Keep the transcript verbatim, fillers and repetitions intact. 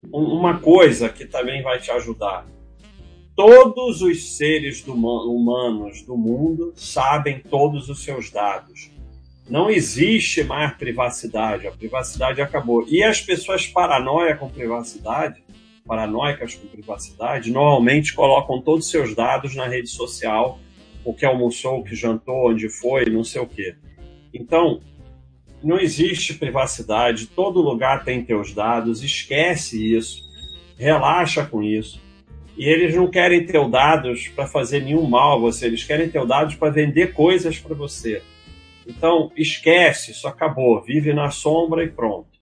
uma coisa que também vai te ajudar. Todos os seres do, humanos do mundo sabem todos os seus dados. Não existe mais privacidade, a privacidade acabou. E as pessoas paranoicas com privacidade, paranoicas com privacidade, normalmente colocam todos os seus dados na rede social, o que almoçou, o que jantou, onde foi, não sei o quê. Então, não existe privacidade, todo lugar tem teus dados, esquece isso, relaxa com isso. E eles não querem teus dados para fazer nenhum mal a você, eles querem teus dados para vender coisas para você. Então, esquece, isso acabou, vive na sombra e pronto.